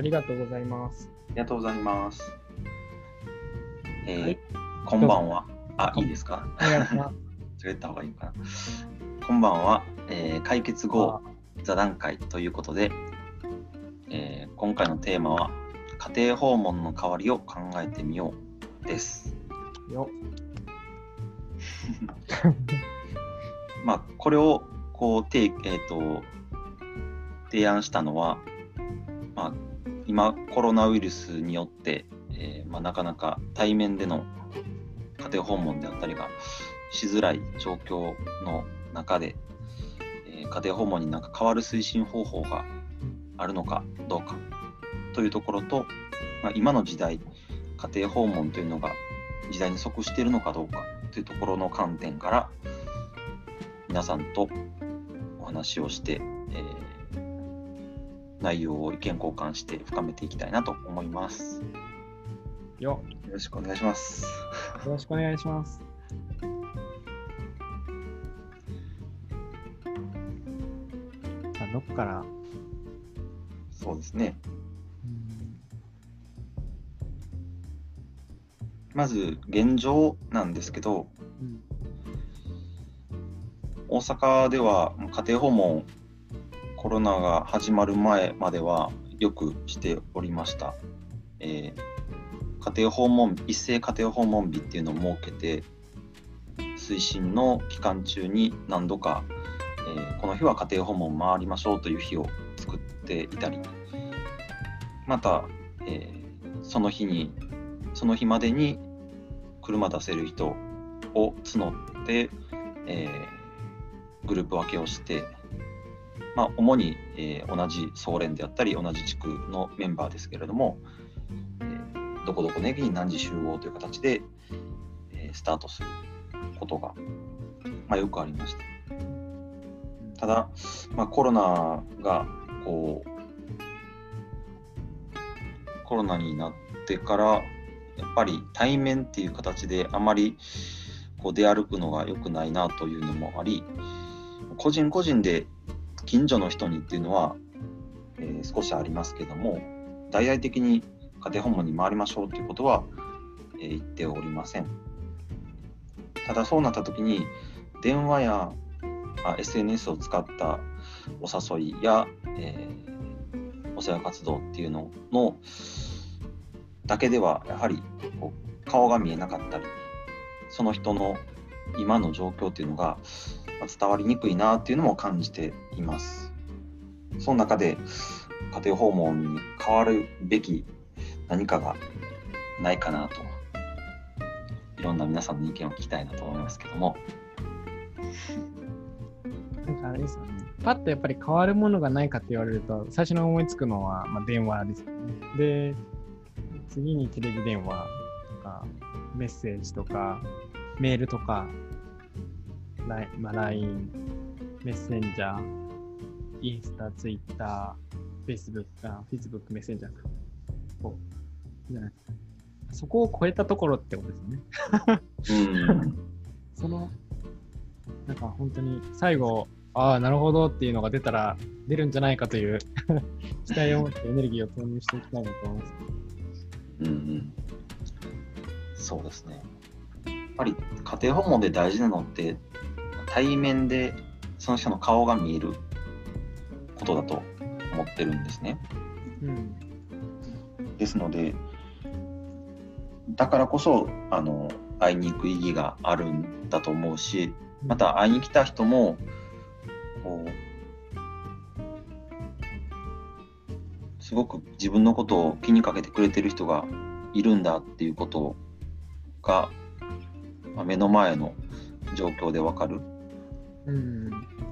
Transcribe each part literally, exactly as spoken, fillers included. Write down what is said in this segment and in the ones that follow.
りがとうございます。 ありがとうございます。えーはい、 こんばんは。あ、いいですか？ お願いします。 連れた方がいいかな。こんばんは。えー解決後座談会ということで、えー今回のテーマは家庭訪問の代わりを考えてみようです。 よまあこれをこう提、えーと、提案したのは、まあ、今コロナウイルスによって、えーまあ、なかなか対面での家庭訪問であったりがしづらい状況の中で、えー家庭訪問になんか変わる推進方法があるのかどうかというところと、まあ、今の時代家庭訪問というのが時代に即しているのかどうかというところの観点から皆さんとお話をして、えー、内容を意見交換して深めていきたいなと思います。 よよろしくお願いします。 よろしくお願いします。さあ、どこから？ そうですね。 うんまず現状なんですけど、 うん大阪では家庭訪問コロナが始まる前まではよくしておりました。えー家庭訪問一斉家庭訪問日っていうのを設けて推進の期間中に何度か、えーこの日は家庭訪問回りましょうという日を作っていたり、また、えーその日にその日までに車出せる人を募って、えーグループ分けをして、まあ、主に、えー同じ総連であったり同じ地区のメンバーですけれども、えーどこどこの駅に何時集合という形で、えースタートすることが、まあ、よくありました。ただ、まあ、コロナがこうコロナになってからやっぱり対面っていう形であまりこう出歩くのが良くないなというのもあり、個人個人で近所の人にっていうのは、えー少しありますけども、大々的に家庭訪問に回りましょうということは、えー言っておりません。ただそうなった時に電話やあ エスエヌエス を使ったお誘いや、えーお世話活動っていうののだけではやはりこう顔が見えなかったり、その人の今の状況っていうのが伝わりにくいなっていうのも感じています。その中で家庭訪問に変わるべき何かがないかなと、いろんな皆さんの意見を聞きたいなと思いますけども。 なんかあれですよね。パッとやっぱり変わるものがないかって言われると、最初に思いつくのは、まあ、電話ですよね。で、次にテレビ電話とか、メッセージとか、メールとか、ライン、まあ、ライン、メッセンジャー、インスタ、ツイッター、フェイスブック、あ、フェイスブックメッセンジャーか。こう、ね、そこを超えたところってことですよね。 うんその、なんか本当に最後、ああ、なるほどっていうのが出たら出るんじゃないかという期待を持ってエネルギーを投入していきたいなと思います。 うんうん、そうですね。やっぱり家庭訪問で大事なのって対面でその人の顔が見えることだと思ってるんですね。 うん。 ですので、だからこそあの会いに行く意義があるんだと思うし、また会いに来た人もこうすごく自分のことを気にかけてくれてる人がいるんだっていうことが、まあ、目の前の状況でわかる。 うん。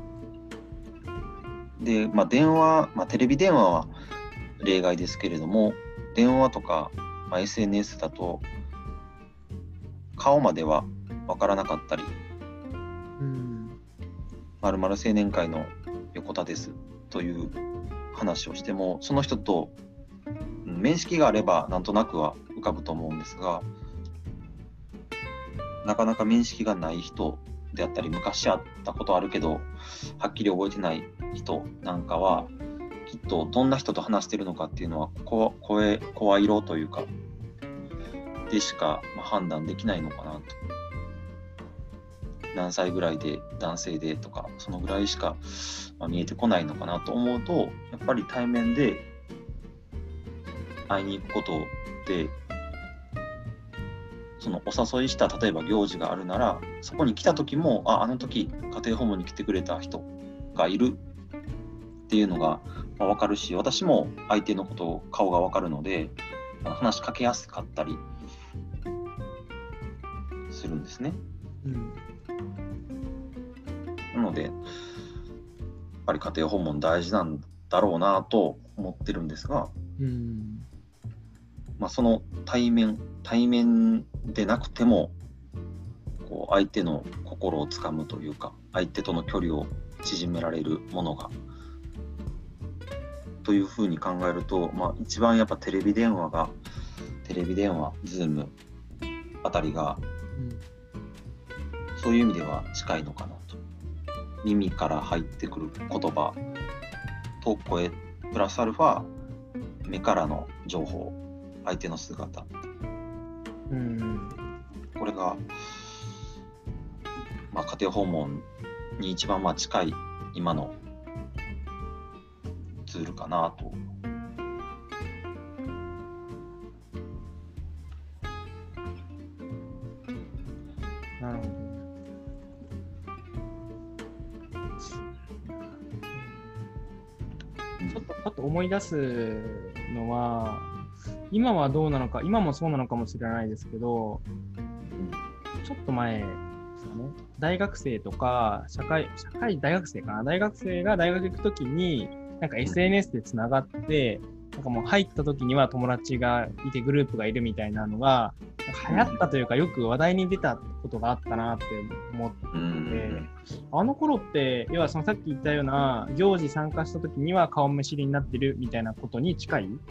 で、まあ、電話、まあ、テレビ電話は例外ですけれども、電話とか、まあ、エスエヌエス だと顔まではわからなかったり、 うん。 〇〇青年会の横田ですという話をしても、その人と面識があればなんとなくは浮かぶと思うんですが、なかなか面識がない人であったり、昔会ったことあるけどはっきり覚えてない人なんかはきっとどんな人と話してるのかっていうのはこ声声色というかでしか、まあ、判断できないのかなと。何歳ぐらいで男性でとかそのぐらいしか、まあ、見えてこないのかなと思うと、やっぱり対面で会いに行くことで、そのお誘いした例えば行事があるなら、そこに来た時もああの時家庭訪問に来てくれた人がいるっていうのが、まあ、分かるし、私も相手のこと顔が分かるので話しかけやすかったりするんですね。 うん、 なのでやっぱり家庭訪問大事なんだろうなと思ってるんですが、 うんまあ、その対面対面でなくてもこう相手の心をつかむというか、相手との距離を縮められるものがというふうに考えると、まあ、一番やっぱテレビ電話がテレビ電話、ズームあたりが、うん、そういう意味では近いのかなと。耳から入ってくる言葉と声プラスアルファ目からの情報、相手の姿、うん、これが、まあ、家庭訪問に一番まあ近い今のツールかなと。 なるほど。ちょっとパッと思い出すのは、今はどうなのか、今もそうなのかもしれないですけど、ちょっと前ですかね、大学生とか、社会、社会大学生かな、大学生が大学行くときに、なんか エスエヌエス でつながって、なんかもう入ったときには友達がいてグループがいるみたいなのが、流行ったというか、よく話題に出たことがあったなって思ってて、あの頃って、要はそのさっき言ったような行事参加したときには顔見知りになってるみたいなことに近い、うん、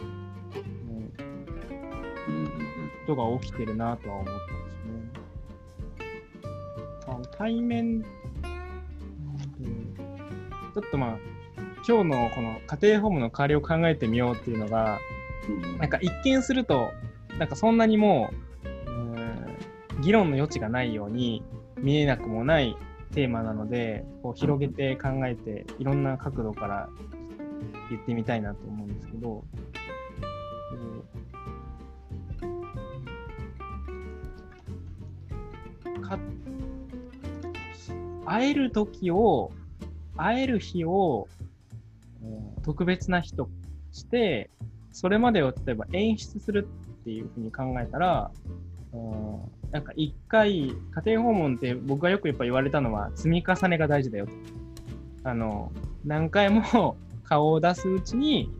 ことが起きてるなとは思ったんですね。あの対面、うん、ちょっとまあ、今日のこの家庭訪問の代わりを考えてみようっていうのが、なんか一見すると、なんかそんなにもう、うーん、議論の余地がないように見えなくもないテーマなので、こう広げて考えて、いろんな角度から言ってみたいなと思うんですけど、か会える時を、会える日を、特別な日として、それまでを例えば演出するっていうふうに考えたら、うん、なんか一回、家庭訪問って僕がよくやっぱ言われたのは積み重ねが大事だよと。あの、何回も顔を出すうちに、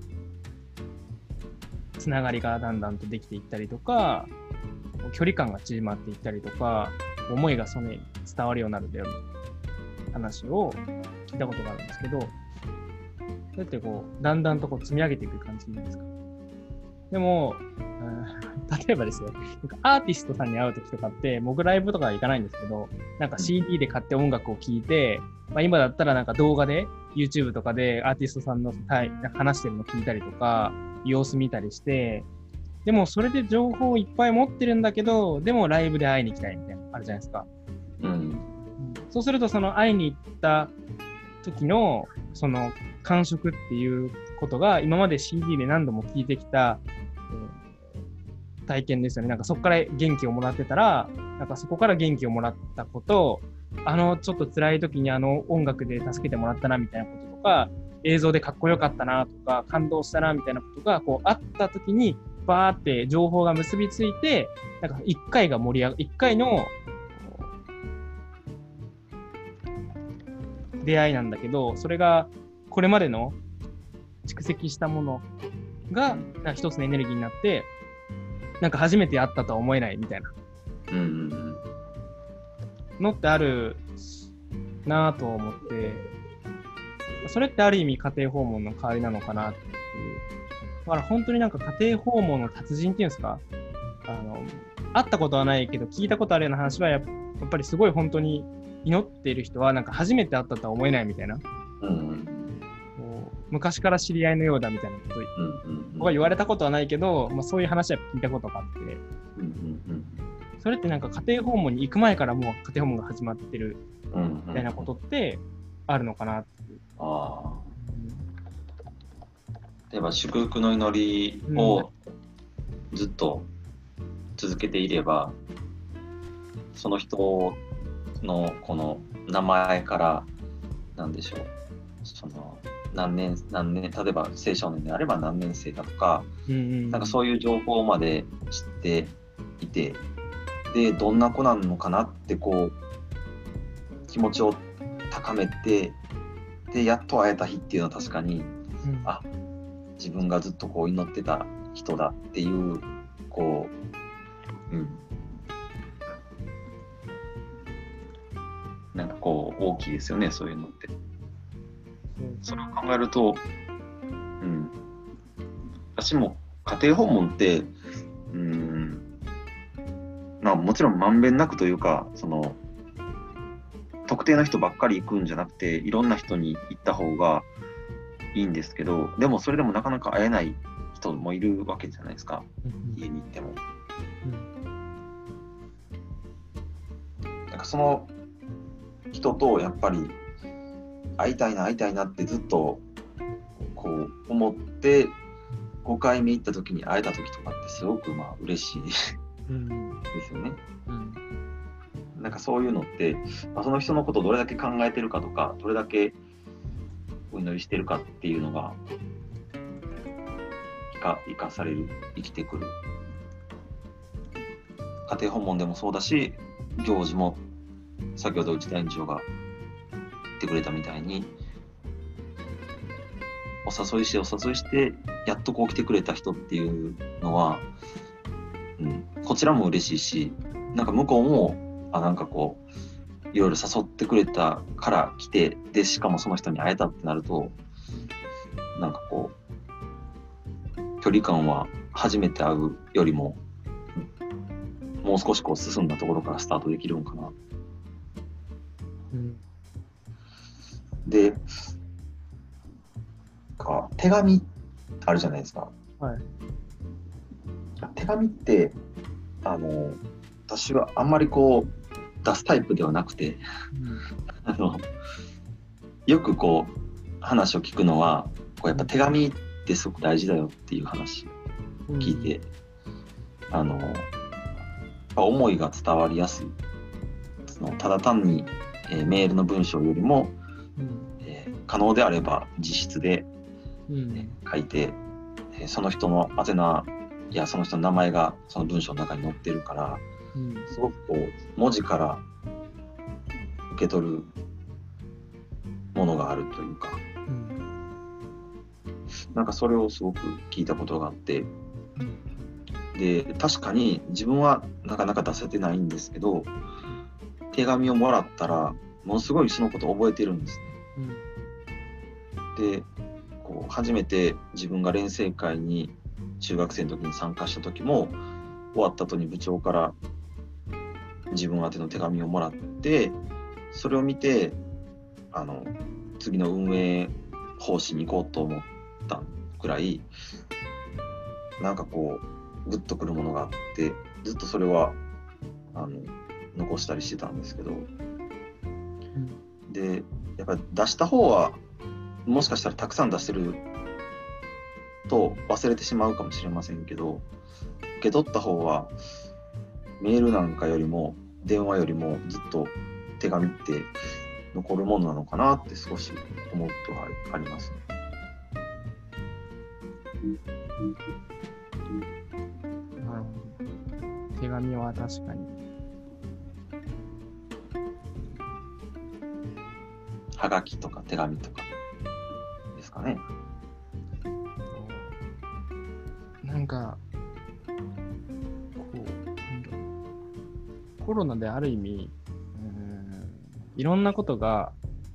つながりがだんだんとできていったりとか、距離感が縮まっていったりとか、思いがその伝わるようになるんだよみたいな話を聞いたことがあるんですけど、そうやってこう、だんだんとこう積み上げていく感じなんですか。でも、うん、例えばですよ、なんかアーティストさんに会うときとかって、僕ライブとかは行かないんですけど、なんか シーディー で買って音楽を聴いて、まあ、今だったらなんか動画で、YouTube とかでアーティストさんの話してるの聞いたりとか、様子見たりして、でもそれで情報をいっぱい持ってるんだけど、でもライブで会いに行きたいみたいなのあるじゃないですか。うん、そうするとその会いに行った時のその感触っていうことが今まで シーディー で何度も聞いてきた、えー、体験ですよね。なんかそこから元気をもらってたら、なんかそこから元気をもらったこと、あのちょっと辛い時にあの音楽で助けてもらったなみたいなこととか、映像でかっこよかったなとか感動したなみたいなことがこうあった時にバーって情報が結びついて、なんか一回が盛り上がる、一回の出会いなんだけど、それがこれまでの蓄積したものがなんか一つのエネルギーになって、なんか初めて会ったとは思えないみたいなのってあるなぁと思って、それってある意味家庭訪問の代わりなのかなっていう。だから本当になんか家庭訪問の達人っていうんですか、あの会ったことはないけど聞いたことあるような話はやっぱりすごい本当に祈っている人はなんか初めて会ったとは思えないみたいな、うん、 昔から知り合いのようだみたいなことうんうんうん、 僕は言われたことはないけど、まあ、そういう話は聞いたことがあって、 うんうんうん、 それってなんか家庭訪問に行く前からもう家庭訪問が始まってるみたいなことってあるのかなっていう。 うんうん、ああ、例えば祝福の祈りをずっと続けていれば、うん、その人のこの名前からなんでしょう、その何年何年、例えば青少年であれば何年生だとか、うんうん、なんかそういう情報まで知っていて、でどんな子なのかなってこう気持ちを高めて、でやっと会えた日っていうのは確かに、うん、あ、自分がずっとこう祈ってた人だっていうこう、うん、なんかこう大きいですよね、そういうのって。それを考えると、うん、私も家庭訪問って、うん、まあもちろんまんべんなくというか、その特定の人ばっかり行くんじゃなくて、いろんな人に行った方がいいんですけど、でもそれでもなかなか会えない人もいるわけじゃないですか、うん、家に行っても、うん、なんかその人とやっぱり会いたいな会いたいなってずっとこう思ってごかいめ行った時に会えた時とかってすごくまあ嬉しいですよね、うん、なんかそういうのって、まあ、その人のことをどれだけ考えてるかとか、どれだけお祈りしてるかっていうのが生かされる、生きてくる。家庭訪問でもそうだし、行事も先ほど内田園長が言ってくれたみたいに、お誘いしてお誘いしてやっとこう来てくれた人っていうのは、うん、こちらも嬉しいし、なんか向こうもあなんかこういろいろ誘ってくれたから来て、でしかもその人に会えたってなると、なんかこう距離感は初めて会うよりも、うん、もう少しこう進んだところからスタートできるのかな、うん、でか手紙あるじゃないですか、はい、手紙ってあの私はあんまりこう出すタイプではなくて、うん、あのよくこう話を聞くのはこうやっぱ手紙ってすごく大事だよっていう話を聞いて、うん、あの思いが伝わりやすい、そのただ単に、えー、メールの文章よりも、うんえー、可能であれば自筆で、うんえー、書いて、えー、その人の宛名やその人の名前がその文章の中に載ってるから、うん、すごくこう文字から受け取るものがあるというか、うん、なんかそれをすごく聞いたことがあって、で確かに自分はなかなか出せてないんですけど、手紙をもらったらものすごいそのことを覚えてるんですね、うん、でこう初めて自分が錬成会に中学生の時に参加した時も、終わった後に部長から自分宛ての手紙をもらって、それを見てあの次の運営方針に行こうと思ったくらい、なんかこうグッとくるものがあって、ずっとそれはあの残したりしてたんですけど、うん、でやっぱり出した方はもしかしたらたくさん出してると忘れてしまうかもしれませんけど、受け取った方はメールなんかよりも電話よりもずっと手紙って残るものなのかなって少し思うことがありますね。 なるほど。手紙は確かに。 はがきとか手紙とかですかね。 なんかこうコロナである意味、うーん、いろんなことが、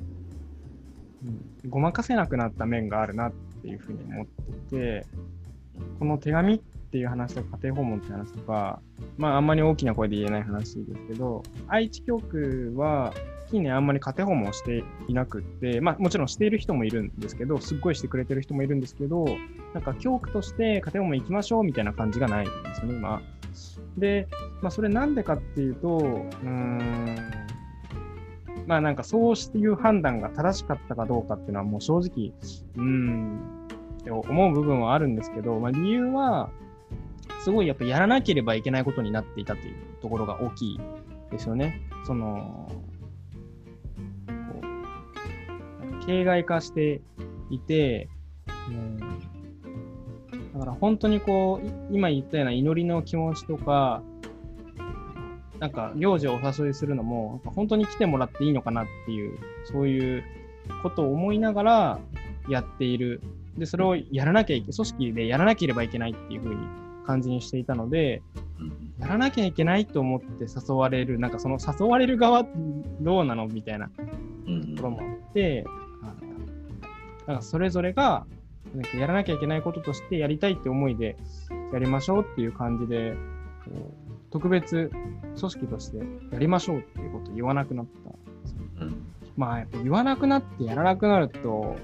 うん、ごまかせなくなった面があるなっていうふうに思ってて、この手紙っていう話とか家庭訪問っていう話とか、まああんまり大きな声で言えない話ですけど、愛知教区は近年あんまり家庭訪問をしていなくって、まあもちろんしている人もいるんですけど、すっごいしてくれてる人もいるんですけど、なんか教区として家庭訪問行きましょうみたいな感じがないんですよね、今。で、まあそれなんでかっていうと、うーん、まあなんかそういう判断が正しかったかどうかっていうのはもう正直、うーん、って思う部分はあるんですけど、まあ理由は、すごいやっぱやらなければいけないことになっていたというところが大きいですよね。その、こう形骸化していて、うん、だから本当にこう、今言ったような祈りの気持ちとか、なんか行事をお誘いするのも、本当に来てもらっていいのかなっていう、そういうことを思いながらやっている。で、それをやらなきゃいけない、組織でやらなければいけないっていうふうに感じにしていたので、やらなきゃいけないと思って誘われる、なんかその誘われる側どうなのみたいなところもあって、なんかそれぞれがなんかやらなきゃいけないこととしてやりたいって思いでやりましょうっていう感じで、特別組織としてやりましょうっていうことを言わなくなったんですよ。うん、まあやっぱ言わなくなってやらなくなると、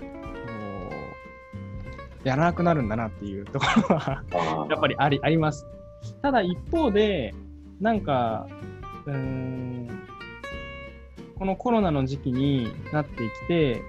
やらなくなるんだなっていうところはやっぱりあり、あります。ただ一方で、なんか、うーん、このコロナの時期になってきて、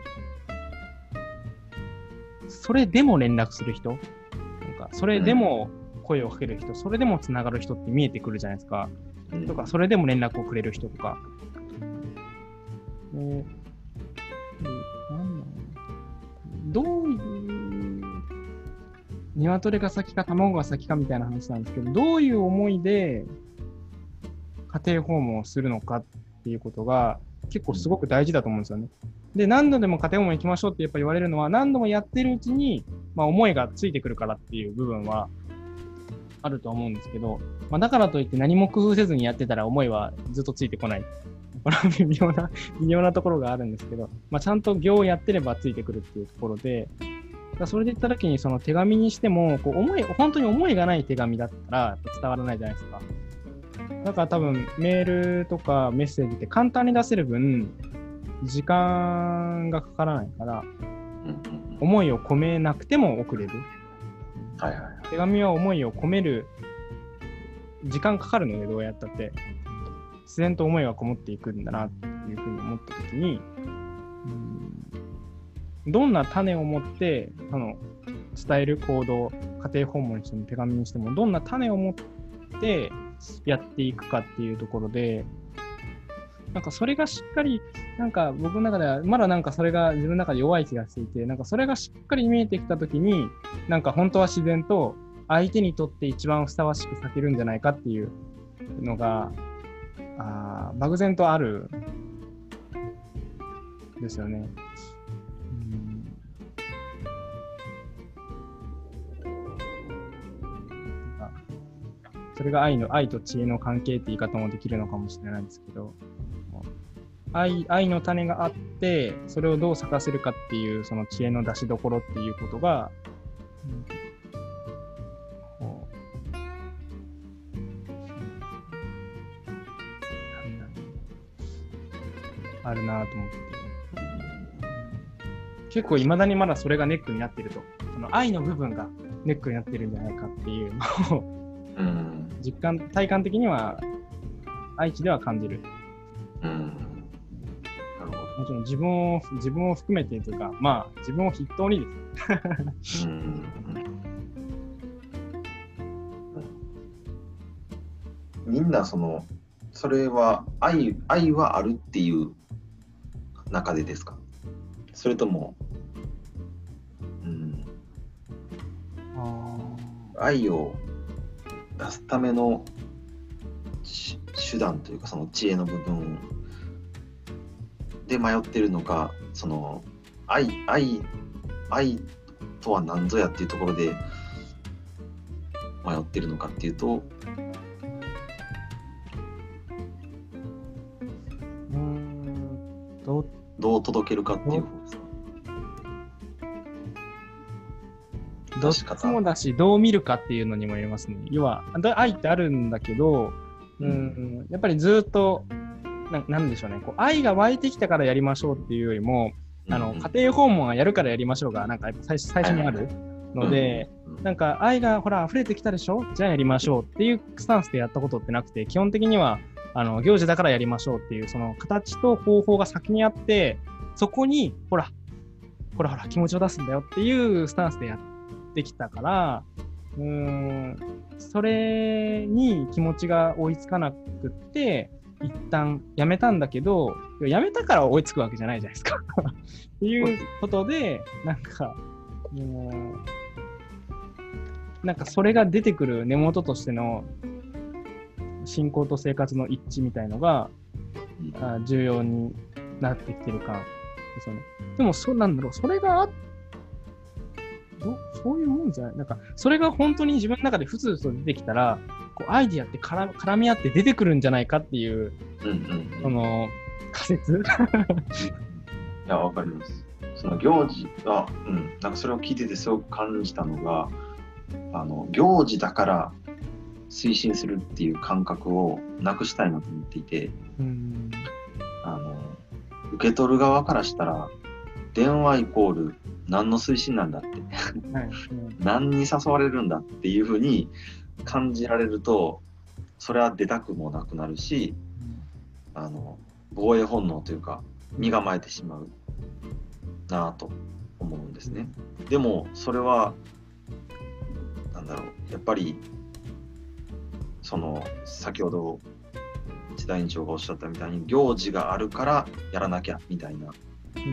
それでも連絡する人、なんかそれでも声をかける人、それでもつながる人って見えてくるじゃないですか。とか、それでも連絡をくれる人とか。えー、なんだろう。どういう鶏が先か卵が先かみたいな話なんですけど、どういう思いで家庭訪問をするのかっていうことが結構すごく大事だと思うんですよね。で、何度でも家庭訪問行きましょうってやっぱ言われるのは、何度もやってるうちに、まあ、思いがついてくるからっていう部分はあると思うんですけど、まあ、だからといって何も工夫せずにやってたら思いはずっとついてこない。これは微妙な、微妙なところがあるんですけど、まあ、ちゃんと行をやってればついてくるっていうところで、それで言った時にその手紙にしてもこう思い本当に思いがない手紙だったら伝わらないじゃないですか。だから多分メールとかメッセージって簡単に出せる分時間がかからないから、思いを込めなくても送れる。はいはいはい、手紙は思いを込める時間かかるのでどうやったって自然と思いがこもっていくんだなっていうふうに思った時に、どんな種を持ってあの伝える行動、家庭訪問にしても手紙にしてもどんな種を持ってやっていくかっていうところで、なんかそれがしっかり、なんか僕の中ではまだなんかそれが自分の中で弱い気がしていて、なんかそれがしっかり見えてきたときに、なんか本当は自然と相手にとって一番ふさわしく咲けるんじゃないかっていうのが、あ漠然とあるんですよね。それが愛の愛と知恵の関係って言い方もできるのかもしれないんですけど、愛、愛の種があって、それをどう咲かせるかっていうその知恵の出しどころっていうことが、うん、あるなと思って、結構いまだにまだそれがネックになっていると、その愛の部分がネックになってるんじゃないかっていうのをうん、実感、体感的には愛知では感じる。うん、なるほど。もちろん自分を自分を含めてというか、まあ自分を筆頭にです。うん、 みんなそのそれは愛愛はあるっていう中でですか？それとも、うん、あ愛を出すための手段というかその知恵の部分で迷ってるのか、その愛愛愛とは何ぞやっていうところで迷ってるのかっていうと、うーんどう、どう届けるかっていう方ですか？ どっちもだし、どう見るかっていうのにもよりますね。要は、愛ってあるんだけど、うん、やっぱりずっとな、なんでしょうね、こう愛が湧いてきたからやりましょうっていうよりも、あのうんうん、 家庭訪問はやるからやりましょうが、なんかやっぱ最初、最初にあるので、 うんうん、 なんか愛がほら溢れてきたでしょ、じゃあやりましょうっていうスタンスでやったことってなくて、基本的にはあの行事だからやりましょうっていうその形と方法が先にあって、そこにほらほらほら気持ちを出すんだよっていうスタンスでやってきたから、うーん、それに気持ちが追いつかなくって一旦やめたんだけど、やめたから追いつくわけじゃないじゃないですかっていうことで、なんかうーんなんかそれが出てくる根元としての信仰と生活の一致みたいのが、うん、あ重要になってきてる感ですよね。でもそうなんだろう、それがあどそういうもんじゃない、なんかそれが本当に自分の中でふつふつと出てきたら、こうアイディアって絡絡み合って出てくるんじゃないかっていう、 うんうんうん、 その仮説いや、わかります。その行事が、うん、なんかそれを聞いててすごく感じたのが、あの行事だから推進するっていう感覚をなくしたいなと思っていて、 うん、 あの受け取る側からしたら電話イコール何の推進なんだって、はい、うん、何に誘われるんだっていうふうに感じられると、それは出たくもなくなるし、うん、あの防衛本能というか身構えてしまうなぁと思うんですね。でもそれはなんだろう、やっぱりその先ほど千田委員長がおっしゃったみたいに行事があるからやらなきゃみたいな、うんうん、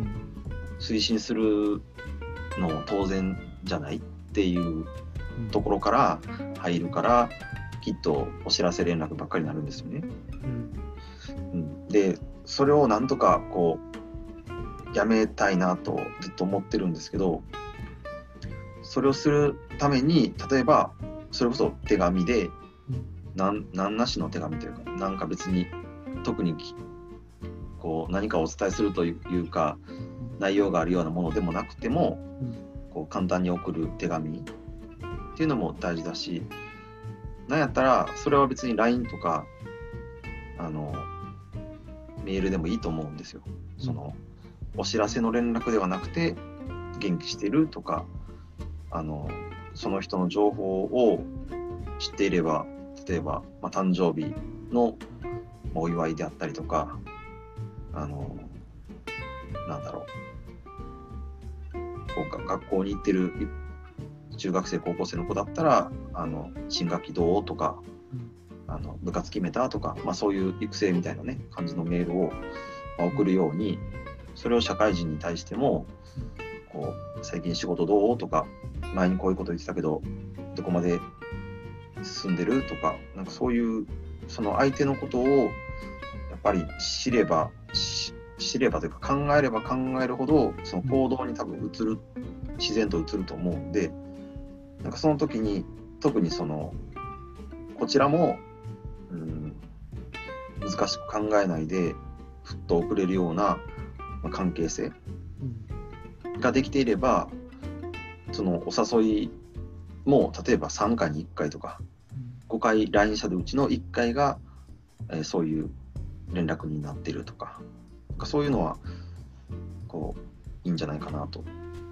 推進するのも当然じゃないっていうところから入るから、きっとお知らせ連絡ばっかりになるんですよね。うんうん、でそれをなんとかこうやめたいなとずっと思ってるんですけど、それをするために例えばそれこそ手紙で何なしの手紙というか、なんか別に特にこう何かお伝えするというか内容があるようなものでもなくても、こう簡単に送る手紙っていうのも大事だし、なんやったらそれは別に ライン とかあのメールでもいいと思うんですよ。そのお知らせの連絡ではなくて元気してるとか、あのその人の情報を知っていれば、例えば、まあ、誕生日のお祝いであったりとか、あのなんだろう、こう学校に行ってる中学生高校生の子だったら、あの新学期どうとか、あの部活決めたとか、まあ、そういう育成みたいなね感じのメールを送るように、それを社会人に対してもこう最近仕事どうとか、前にこういうこと言ってたけどどこまで進んでるとか、なんかそういうその相手のことをやっぱり知れば知ればというか考えれば考えるほどその行動に多分移る、自然と移ると思うんで、なんかその時に特にそのこちらも、うん、難しく考えないでふっと送れるような関係性ができていれば、そのお誘いも例えばさんかいにいっかいとかごかい ライン したうちのいっかいが、えー、そういう連絡になっているとか、そういうのはこういいんじゃないかなと。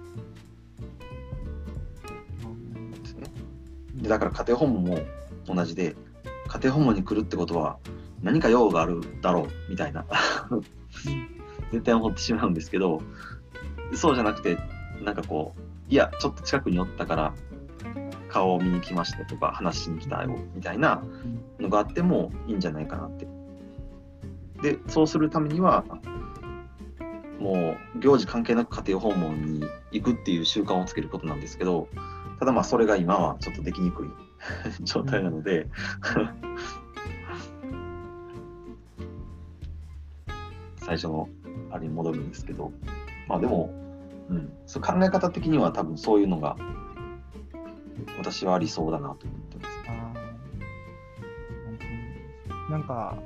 ですね。でだから家庭訪問も同じで、家庭訪問に来るってことは何か用があるだろうみたいな絶対思ってしまうんですけど、そうじゃなくて、なんかこういやちょっと近くにおったから顔を見に来ましたとか話しに来たよみたいなのがあってもいいんじゃないかなって。でそうするためにはもう行事関係なく家庭訪問に行くっていう習慣をつけることなんですけど、ただまあそれが今はちょっとできにくい状態なので最初のあれに戻るんですけど、まあでも、うん、そう考え方的には多分そういうのが私はありそうだなと思ってます。 あ、なんか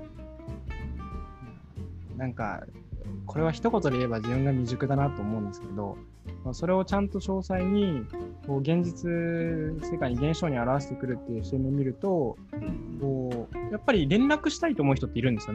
なんかこれは一言で言えば自分が未熟だなと思うんですけど、それをちゃんと詳細にこう現実世界に現象に表してくるっていう視点で見ると、こうやっぱり連絡したいと思う人っているんですよね。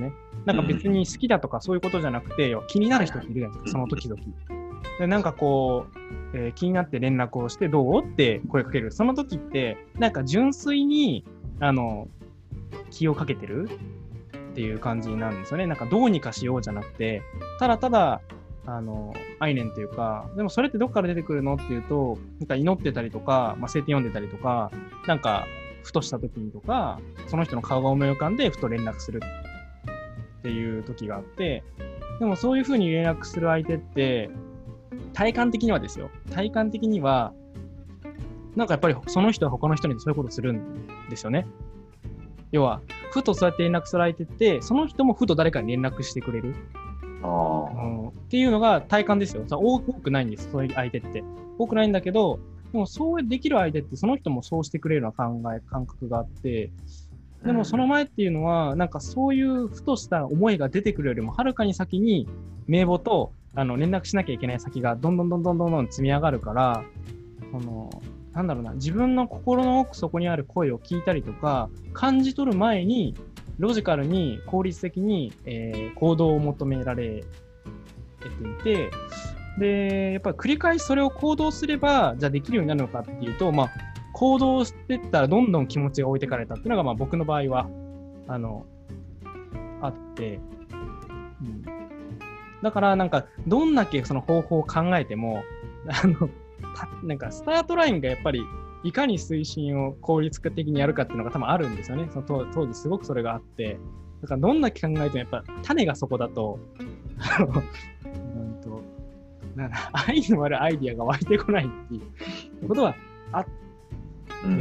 なんか別に好きだとかそういうことじゃなくて、気になる人っているじゃないですか、その時々。で、なんかこう、えー、気になって連絡をして、どうって声かける。その時って、なんか純粋に、あの、気をかけてるっていう感じなんですよね。なんかどうにかしようじゃなくて、ただただ、あの、愛念というか、でもそれってどっから出てくるのっていうと、なんか祈ってたりとか、まあ、聖典読んでたりとか、なんか、ふとした時にとか、その人の顔が思い浮かんで、ふと連絡するっていう時があって、でもそういうふうに連絡する相手って、体感的にはですよ。体感的には、なんかやっぱりその人は他の人にそういうことするんですよね。要は、ふとそうやって連絡する相手って、その人もふと誰かに連絡してくれる。 あうん、っていうのが体感ですよ。多くないんです、そういう相手って。多くないんだけど、でもそうできる相手って、その人もそうしてくれるような考え、感覚があって、でもその前っていうのは、なんかそういうふとした思いが出てくるよりも、はるかに先に名簿とあの連絡しなきゃいけない先がどんどんどんどんどんどん積み上がるから、そのなんだろうな、自分の心の奥底にある声を聞いたりとか、感じ取る前に、ロジカルに効率的に、えー、行動を求められていて、で、やっぱり繰り返しそれを行動すれば、じゃあできるようになるのかっていうと、まあ、行動してったらどんどん気持ちが置いてかれたっていうのが、まあ僕の場合は、あの、あって、うん、だからなんか、どんだけその方法を考えても、あの、なんかスタートラインがやっぱり、いかに推進を効率化的にやるかっていうのが多分あるんですよね。その当当時すごくそれがあって。だからどんだけ考えてもやっぱ種がそこだと、うんと、なんだ、愛のあるアイディアが湧いてこないっていうことはあって、うんうん、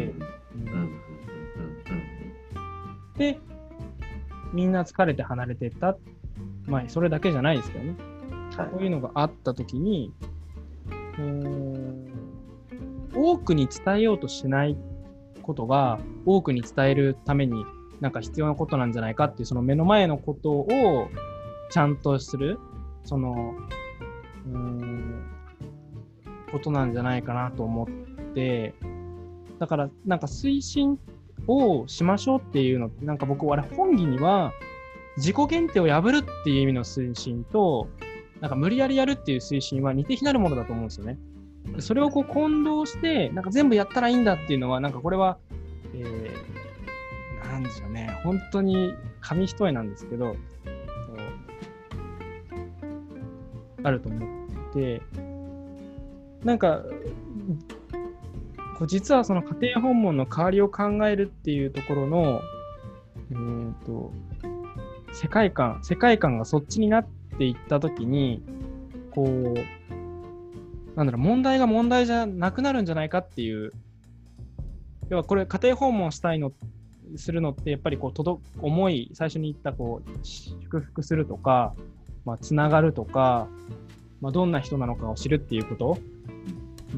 で、みんな疲れて離れていった。まあ、それだけじゃないですけどね。はい、こういうのがあったときに、うーん多くに伝えようとしないことが多くに伝えるためになんか必要なことなんじゃないかっていう、その目の前のことをちゃんとするそのうーんことなんじゃないかなと思って、だからなんか推進をしましょうっていうのってなんか僕は本義には自己限定を破るっていう意味の推進となんか無理やりやるっていう推進は似て非なるものだと思うんですよね。それをこう混同して、なんか全部やったらいいんだっていうのは、なんかこれは、えー、なんでしょうね、本当に紙一重なんですけど、あると思っていて、なんか、こう実はその家庭訪問の代わりを考えるっていうところの、えーと、世界観、世界観がそっちになっていったときに、こう、なんだろう、問題が問題じゃなくなるんじゃないかっていう。要はこれ、家庭訪問したいの、するのって、やっぱりこう、届く、思い、最初に言ったこう、祝福するとか、まあ、つながるとか、まあ、どんな人なのかを知るっていうこと。うん。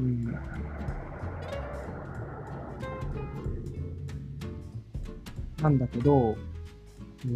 なんだけど、うん、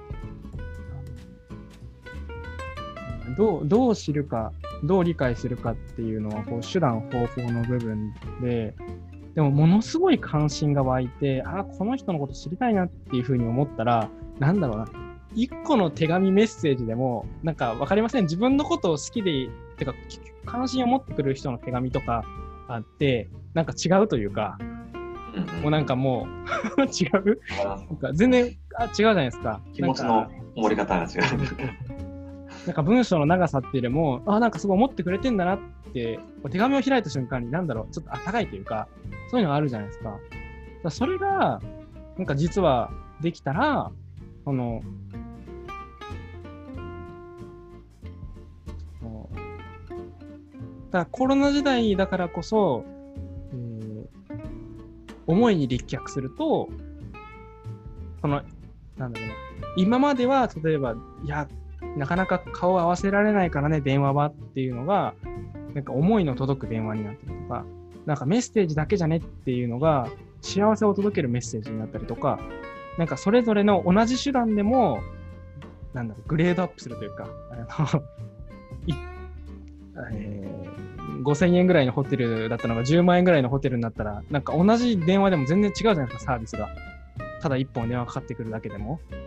どう、どう知るか、どう理解するかっていうのはこう手段方法の部分で、でもものすごい関心が湧いて、あ、この人のこと知りたいなっていうふうに思ったら、なんだろうな、一個の手紙メッセージでもなんかわかりません。自分のことを好きでてか関心を持ってくれる人の手紙とかあってなんか違うというか、もうなんかもう違うなんか全然あ違うじゃないですか。 気持ちの盛り方が違う。 なんか文章の長さっていうよりも、あ、なんかすごい思ってくれてんだなって、手紙を開いた瞬間に、なんだろう、ちょっとあったかいというか、そういうのがあるじゃないですか。だからそれが、なんか実はできたら、その、だからコロナ時代だからこそ、えー、思いに立脚すると、その、なんだろうね、今までは例えば、いや、なかなか顔を合わせられないからね、電話はっていうのが、なんか思いの届く電話になったりとか、なんかメッセージだけじゃねっていうのが、幸せを届けるメッセージになったりとか、なんかそれぞれの同じ手段でも、なんだろう、グレードアップするというか、あのいえー、ごせんえんぐらいのホテルだったのがじゅうまんえんぐらいのホテルになったら、なんか同じ電話でも全然違うじゃないですか、サービスが。ただ一本電話かかってくるだけでも。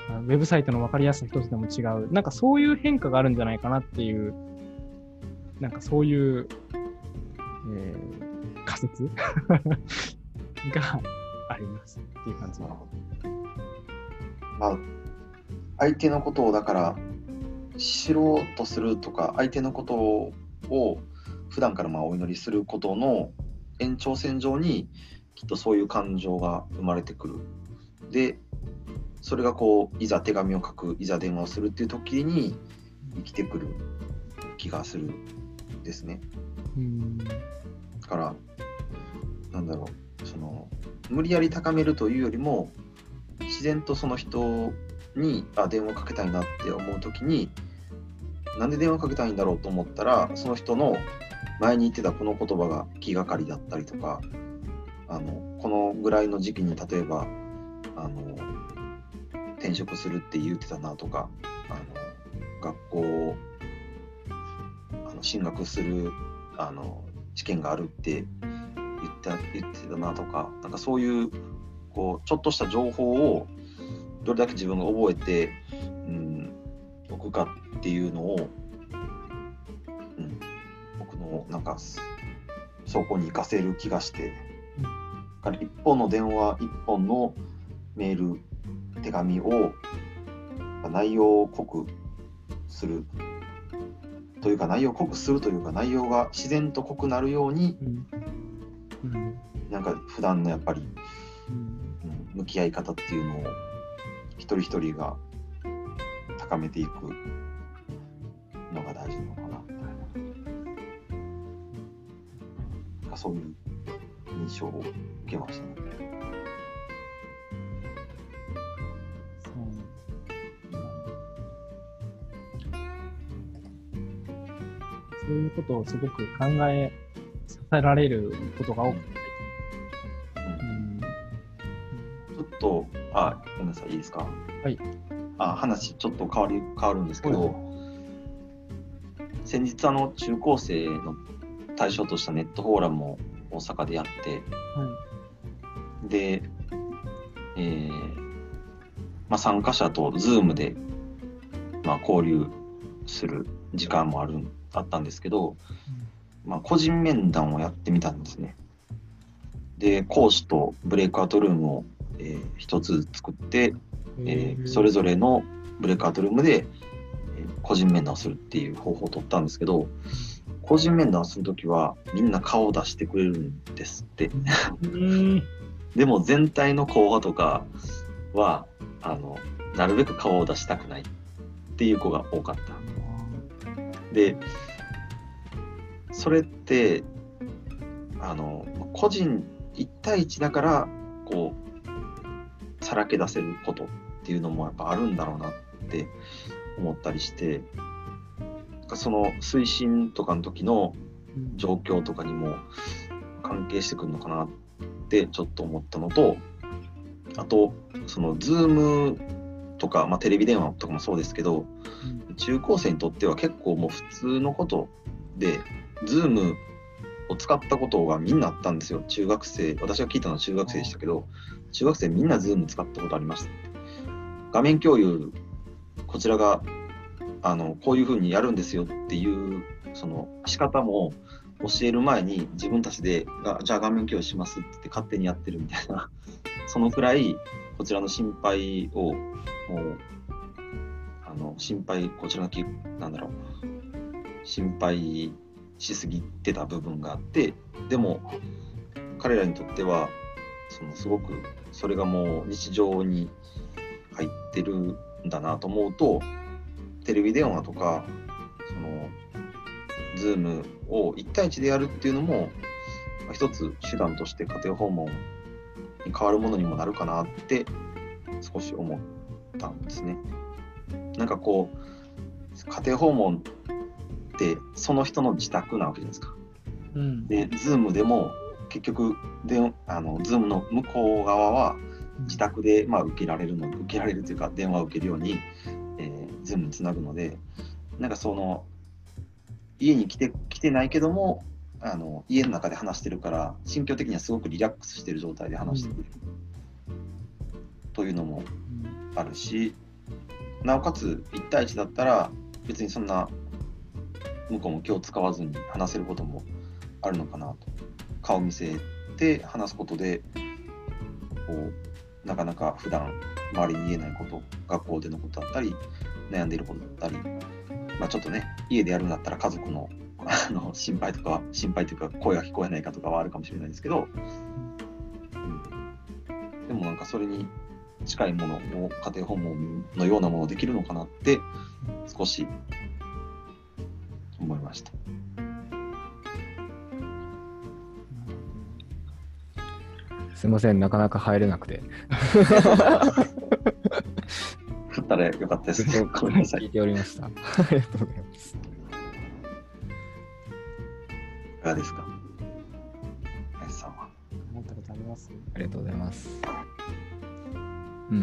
ウェブサイトの分かりやすさ一つでも違う。なんかそういう変化があるんじゃないかなっていう、なんかそういう、えー、仮説がありますっていう感じ。 まあ、相手のことをだから知ろうとするとか、相手のことを普段からまあお祈りすることの延長線上にきっとそういう感情が生まれてくる。で、それがこういざ手紙を書く、いざ電話をするっていう時に生きてくる気がするですね。 うんだからなんだろう、その無理やり高めるというよりも自然とその人にあ電話かけたいなって思う時に、なんで電話かけたいんだろうと思ったら、その人の前に言ってたこの言葉が気がかりだったりとか、あのこのぐらいの時期に例えばあの転職するって言ってたなとか、あの学校をあの進学するあの試験があるって言った言ってたなとか、なんかそういうこうちょっとした情報をどれだけ自分が覚えて、うん、おくかっていうのを、うん、僕のなんかそこに活かせる気がして、うん、一本の電話、一本のメール、手紙を内容を濃くするというか、内容を濃くするというか、内容が自然と濃くなるように、うんうん、なんか普段のやっぱり、うんうん、向き合い方っていうのを一人一人が高めていくのが大事なのかなみたいな、そういう印象を受けましたね。 そういうことをすごく考えさせられることが多くて、 うんうん、ちょっとあごめんなさい、いいですか。 はい。 あ話ちょっと変わり変わるんですけど、はい、先日あの中高生の対象としたネットフォーラムを大阪でやって、はい、で、えーまあ、参加者と Zoom で、まあ、交流する時間もあるあったんですけど、まあ、個人面談をやってみたんですね。で、講師とブレイクアウトルームを、えー、一つ作って、えー、それぞれのブレイクアウトルームで、えー、個人面談をするっていう方法を取ったんですけど、個人面談をするときはみんな顔を出してくれるんですってでも全体の候補とかはあのなるべく顔を出したくないっていう子が多かった。で、それってあの個人いち対いちだからこうさらけ出せることっていうのもやっぱあるんだろうなって思ったりして、その推進とかの時の状況とかにも関係してくるのかなってちょっと思ったのと、あとその Zoom とか、まあ、テレビ電話とかもそうですけど、中高生にとっては結構もう普通のことで Zoom を使ったことがみんなあったんですよ。中学生、私が聞いたのは中学生でしたけど、中学生みんな Zoom 使ったことありました。画面共有、こちらがあのこういう風にやるんですよっていうその仕方も教える前に自分たちでがじゃあ画面共有しますって言って勝手にやってるみたいなそのくらいこちらの心配をもうあの心配こちらのきなんだろう心配しすぎてた部分があって、でも彼らにとってはそのすごくそれがもう日常に入ってるんだなと思うと、テレビ電話とかその Zoom をいち対いちでやるっていうのも一つ手段として家庭訪問に変わるものにもなるかなって少し思ったんですね。なんかこう家庭訪問ってその人の自宅なわけじゃないですか、うん、で Zoom でも結局であの Zoom の向こう側は自宅で、まあ、受けられるの受けられるというか電話を受けるように、えー、Zoom につなぐので、なんかその家に来て来てないけどもあの家の中で話してるから心境的にはすごくリラックスしてる状態で話してくれる、うん、というのもあるし、 なおかついち対いちだったら別にそんな向こうも気を使わずに話せることもあるのかなと。顔見せて話すことでこうなかなか普段周りに言えないこと、学校でのことだったり悩んでいることだったり、まあ、ちょっとね家でやるんだったら家族のあの心配とか心配というか声が聞こえないかとかはあるかもしれないですけど、うん、でもなんかそれに近いものを家庭訪問のようなものできるのかなって少し思いました。 すいません、なかなか入れなくて。 振ったらよかったですね。ごめんなさい。 聞いておりました。ありがとうございます。 いかがですか、林さんは。 思ったことあります？ ありがとうございます。うん。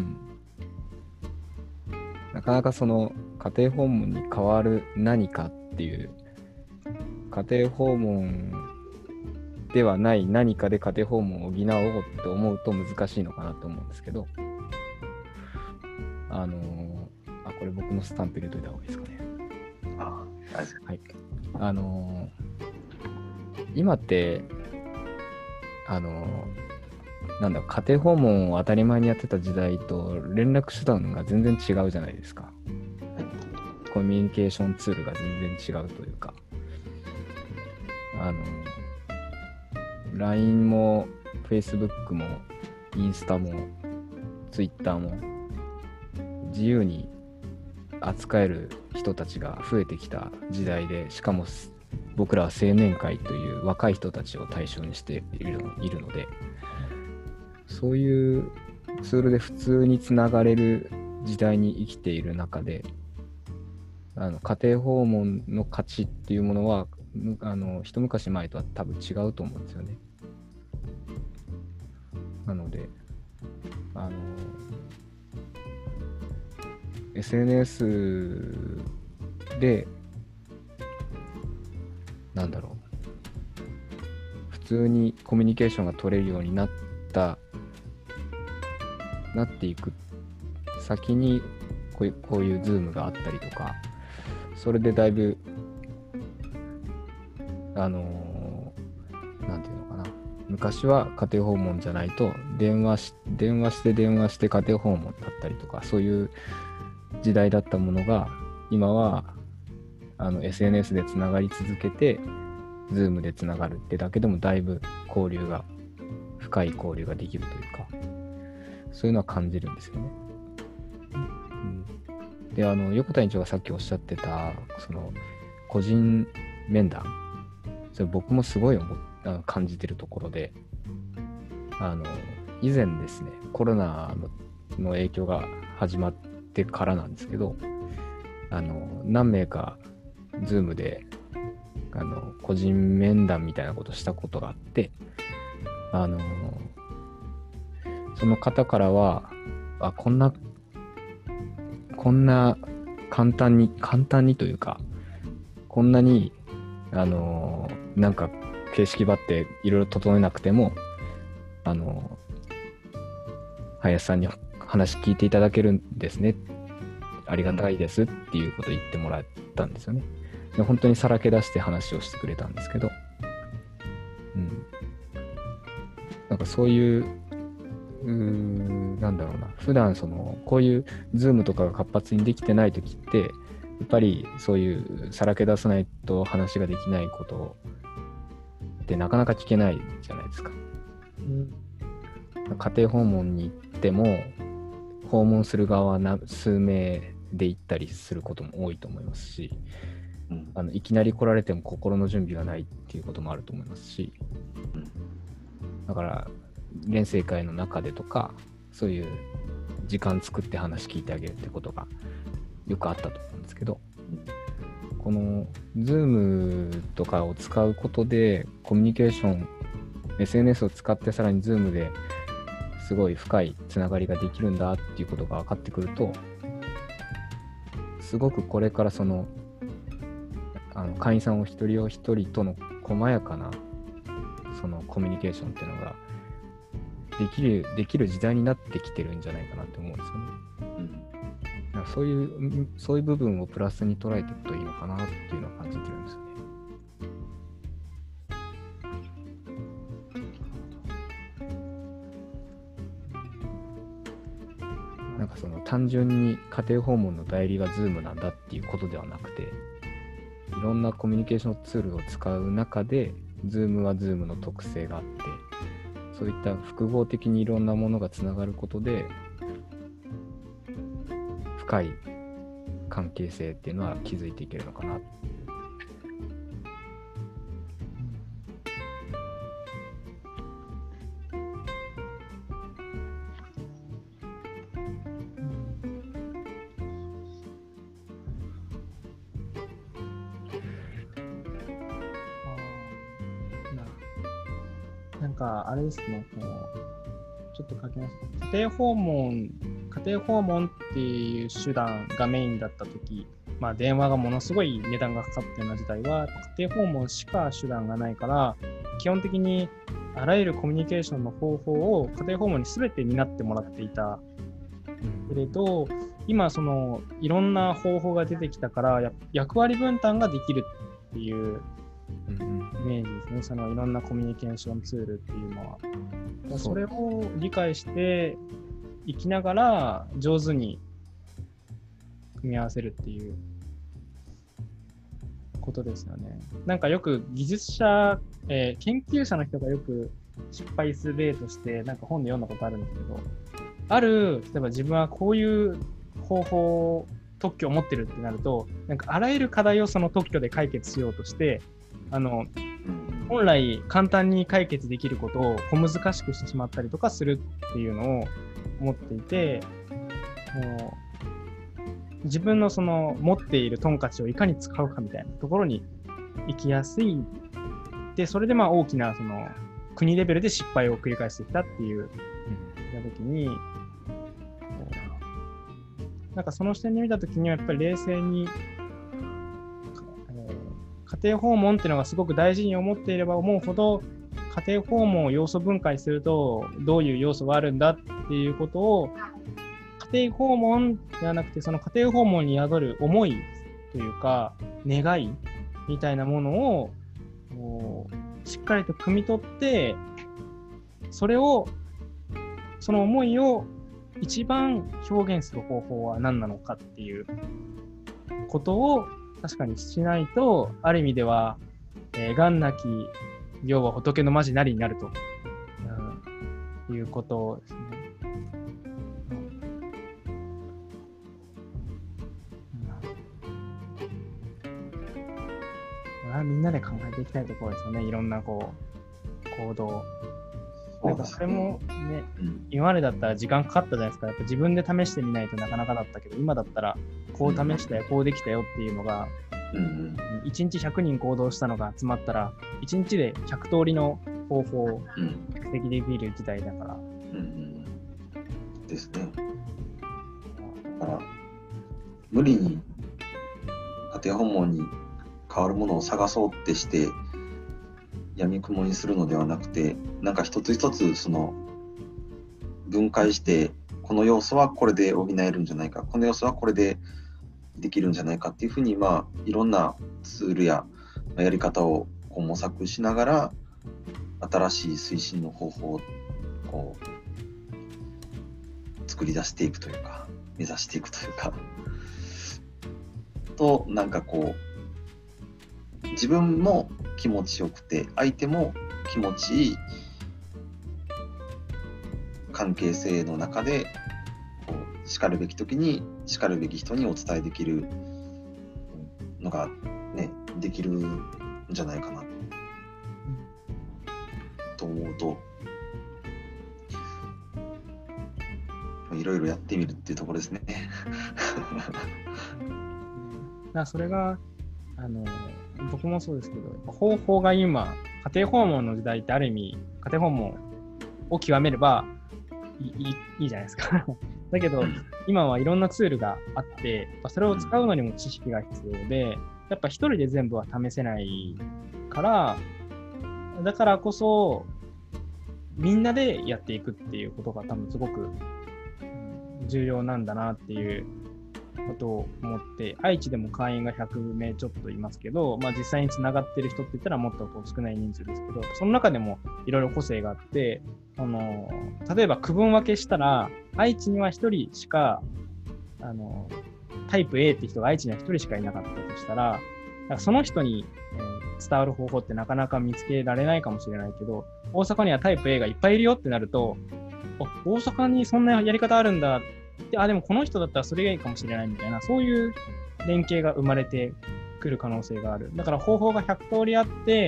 なかなかその家庭訪問に代わる何かっていう、家庭訪問ではない何かで家庭訪問を補おうって思うと難しいのかなと思うんですけど、あのー、あ、これ僕のスタンプ入れといた方がいいですかね。 ああ、 はい。あのー、今って、あのー、なんだ、家庭訪問を当たり前にやってた時代と連絡手段が全然違うじゃないですか。コミュニケーションツールが全然違うというか、あのー、ライン も Facebook もインスタも Twitter も自由に扱える人たちが増えてきた時代で、しかも僕らは青年会という若い人たちを対象にしているの、いるので、そういうツールで普通につながれる時代に生きている中で、あの家庭訪問の価値っていうものはあの一昔前とは多分違うと思うんですよね。なのであの エスエヌエス でなんだろう、普通にコミュニケーションが取れるようになったなっていく先にこういう、こういう Zoom があったりとか、それでだいぶあのー、なんていうのかな、昔は家庭訪問じゃないと電話し電話して電話して家庭訪問だったりとか、そういう時代だったものが今はあの エスエヌエス でつながり続けて Zoom でつながるってだけでもだいぶ交流が深い交流ができるというか、そういうのは感じるんですよね。うん、であの横田院長がさっきおっしゃってたその個人面談、それ僕もすごい思あの感じてるところで、あの以前ですね、コロナ の, の影響が始まってからなんですけど、あの何名か Zoom であの個人面談みたいなことをしたことがあって、あのその方からはあこんなこんな簡単に簡単にというか、こんなにあのなんか形式ばっていろいろ整えなくてもあの林さんに話聞いていただけるんですね、ありがたいですっていうことを言ってもらったんですよね。で本当にさらけ出して話をしてくれたんですけど、うん、なんかそういううーなんだろうな、普段そのこういうズームとかが活発にできてない時ってやっぱりそういうさらけ出さないと話ができないことってなかなか聞けないじゃないですか。うん、家庭訪問に行っても訪問する側はな数名で行ったりすることも多いと思いますし、うん、あのいきなり来られても心の準備がないっていうこともあると思いますし、うん、だから連成会の中でとかそういう時間作って話聞いてあげるってことがよくあったと思うんですけど、この Zoom とかを使うことでコミュニケーション エスエヌエス を使ってさらに Zoom ですごい深いつながりができるんだっていうことが分かってくると、すごくこれからそのあの会員さんお一人お一人との細やかなそのコミュニケーションっていうのができるできる時代になってきてるんじゃないかなって思うんですよね。うん、ななんかそういうそういう部分をプラスに捉えていくといいのかなっていうのを感じてるんですよね。なんかその単純に家庭訪問の代理が Zoom なんだっていうことではなくて、いろんなコミュニケーションツールを使う中で Zoom は Zoom の特性があって、そういった複合的にいろんなものがつながることで深い関係性っていうのは築いていけるのかな。 なんかあれですね、こうちょっと書きます。家庭訪問、家庭訪問っていう手段がメインだったとき、まあ電話がものすごい値段がかかったような時代は、家庭訪問しか手段がないから、基本的にあらゆるコミュニケーションの方法を家庭訪問に全て担ってもらっていたけれど、今そのいろんな方法が出てきたからや役割分担ができるっていうイメージですね。そのいろんなコミュニケーションツールっていうのは。それを理解していきながら上手に組み合わせるっていうことですよね。なんかよく技術者、えー、研究者の人がよく失敗する例としてなんか本で読んだことあるんですけど、ある例えば自分はこういう方法特許を持ってるってなると、なんかあらゆる課題をその特許で解決しようとして、あの本来簡単に解決できることを小難しくしてしまったりとかするっていうのを思っていて、もう自分のその持っているトンカチをいかに使うかみたいなところに行きやすい。で、それでまあ大きなその国レベルで失敗を繰り返してきたっていう時に、なんかその視点で見たときにはやっぱり冷静に、えー、家庭訪問っていうのがすごく大事に思っていれば思うほど、家庭訪問を要素分解するとどういう要素があるんだっていうことを、家庭訪問ではなくてその家庭訪問に宿る思いというか願いみたいなものをしっかりと汲み取って、それをその思いを一番表現する方法は何なのかっていうことを確かにしないと、ある意味では、えー、癌なき世は仏のまじなりになると、うん、いうことですね。うんうん、みんなで考えていきたいところですよね。いろんなこう行動。なんかそれもね、今までだったら時間かかったじゃないですか。やっぱ自分で試してみないとなかなかだったけど、今だったらこう試したよ、こうできたよっていうのが、いちにちひゃくにん行動したのが集まったら、いちにちでひゃく通りの方法を蓄積できる時代だから。 うんうん、ですね。だから無理に家庭訪問に変わるものを探そうってして、闇雲にするのではなくて、なんか一つ一つその分解して、この要素はこれで補えるんじゃないか、この要素はこれでできるんじゃないかっていうふうに、まあいろんなツールややり方をこう模索しながら、新しい推進の方法をこう作り出していくというか、目指していくというかと、なんかこう自分も気持ちよくて相手も気持ちいい関係性の中で、こうしかるべき時にしかるべき人にお伝えできるのがね、できるんじゃないかなと思うと、いろいろやってみるっていうところですね。 だそれがあの僕もそうですけど、方法が今家庭訪問の時代ってある意味家庭訪問を極めればい い, いいじゃないですか。だけど今はいろんなツールがあって、それを使うのにも知識が必要で、やっぱ一人で全部は試せないから、だからこそみんなでやっていくっていうことが多分すごく重要なんだなっていうと思って、愛知でも会員がひゃくめいちょっといますけど、まあ、実際につながってる人って言ったらもっとこう少ない人数ですけど、その中でもいろいろ個性があって、あの例えば区分分けしたら、愛知にはひとりしか、あのタイプ A って人が愛知にはひとりしかいなかったとしたら、その人に、えー伝わる方法ってなかなか見つけられないかもしれないけど、大阪にはタイプ A がいっぱいいるよってなると、大阪にそんなやり方あるんだって、あ、でもこの人だったらそれがいいかもしれないみたいな、そういう連携が生まれてくる可能性がある。だから方法がひゃくとおりあって、